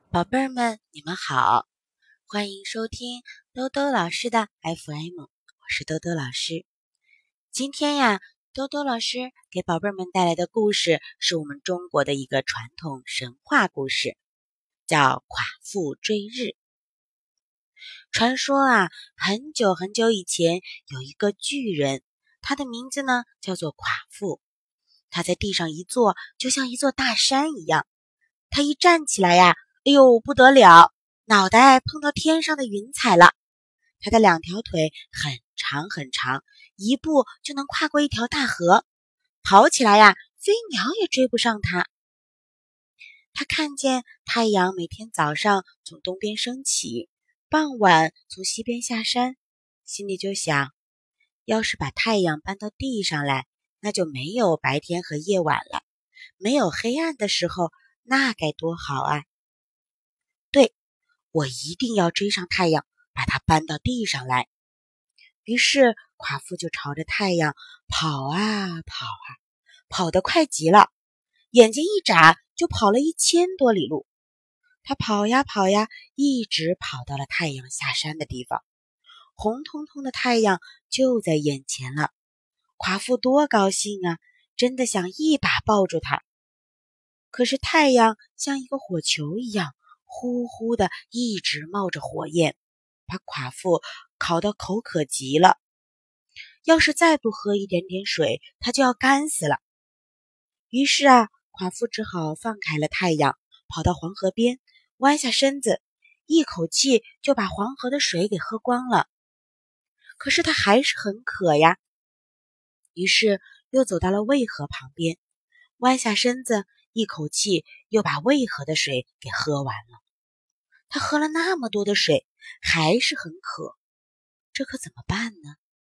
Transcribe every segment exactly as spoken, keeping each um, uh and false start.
宝贝儿们，你们好，欢迎收听兜兜老师的 F M， 我是兜兜老师。今天呀，兜兜老师给宝贝儿们带来的故事是我们中国的一个传统神话故事，叫寡妇追日。传说啊，很久很久以前，有一个巨人，他的名字呢叫做寡妇。他在地上一坐，就像一座大山一样。他一站起来呀，哎呦，不得了，脑袋碰到天上的云彩了。他的两条腿很长很长，一步就能跨过一条大河。跑起来呀，飞鸟也追不上他。他看见太阳每天早上从东边升起，傍晚从西边下山，心里就想，要是把太阳搬到地上来，那就没有白天和夜晚了，没有黑暗的时候，那该多好啊！对，我一定要追上太阳，把它搬到地上来。于是寡妇就朝着太阳跑啊跑啊，跑得快极了，眼睛一眨就跑了一千多里路。他跑呀跑呀，一直跑到了太阳下山的地方。红彤彤的太阳就在眼前了，寡妇多高兴啊，真的想一把抱住它。可是太阳像一个火球一样，呼呼的一直冒着火焰，把寡妇烤得口渴极了。要是再不喝一点点水，她就要干死了。于是啊，寡妇只好放开了太阳，跑到黄河边，弯下身子，一口气就把黄河的水给喝光了。可是她还是很渴呀，于是又走到了渭河旁边，弯下身子，一口气又把渭河的水给喝完了。他喝了那么多的水，还是很渴，这可怎么办呢？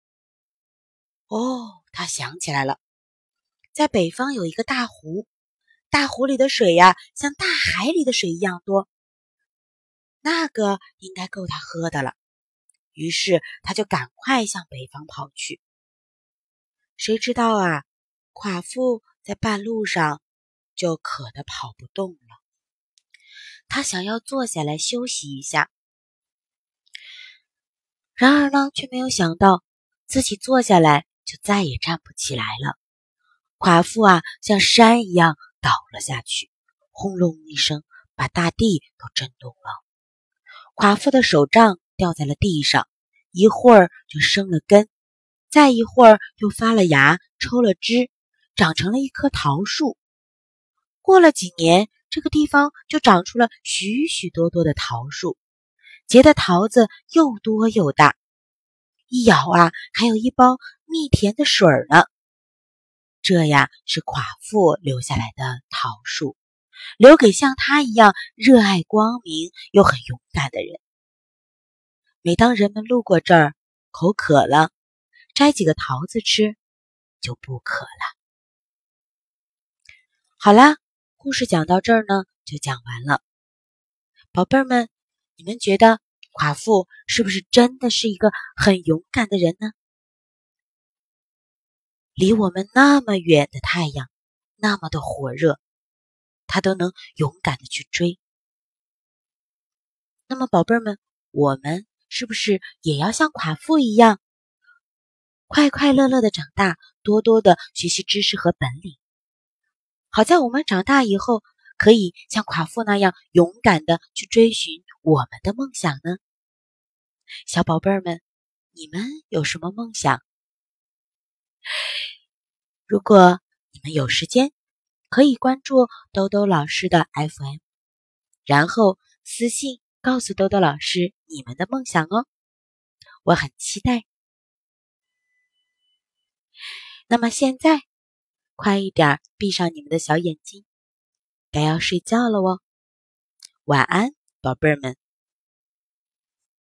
哦，他想起来了，在北方有一个大湖，大湖里的水呀，像大海里的水一样多，那个应该够他喝的了。于是他就赶快向北方跑去。谁知道啊，寡妇在半路上就渴得跑不动了。他想要坐下来休息一下，然而呢，却没有想到自己坐下来就再也站不起来了。寡妇啊，像山一样倒了下去，轰隆一声，把大地都震动了。寡妇的手杖掉在了地上，一会儿就生了根，再一会儿又发了芽，抽了枝，长成了一棵桃树。过了几年，这个地方就长出了许许多多的桃树，结的桃子又多又大，一咬啊，还有一包蜜甜的水呢。这呀是寡妇留下来的桃树，留给像她一样热爱光明又很勇敢的人。每当人们路过这儿，口渴了，摘几个桃子吃，就不渴了。好啦，故事讲到这儿呢，就讲完了。宝贝儿们，你们觉得寡妇是不是真的是一个很勇敢的人呢？离我们那么远的太阳，那么的火热，她都能勇敢的去追。那么宝贝儿们，我们是不是也要像寡妇一样，快快乐乐的长大，多多的学习知识和本领，好在我们长大以后可以像寡妇那样勇敢的去追寻我们的梦想呢？小宝贝儿们，你们有什么梦想？如果你们有时间，可以关注兜兜老师的 F M， 然后私信告诉兜兜老师你们的梦想哦，我很期待。那么现在，快一点闭上你们的小眼睛，该要睡觉了哦。晚安，宝贝儿们。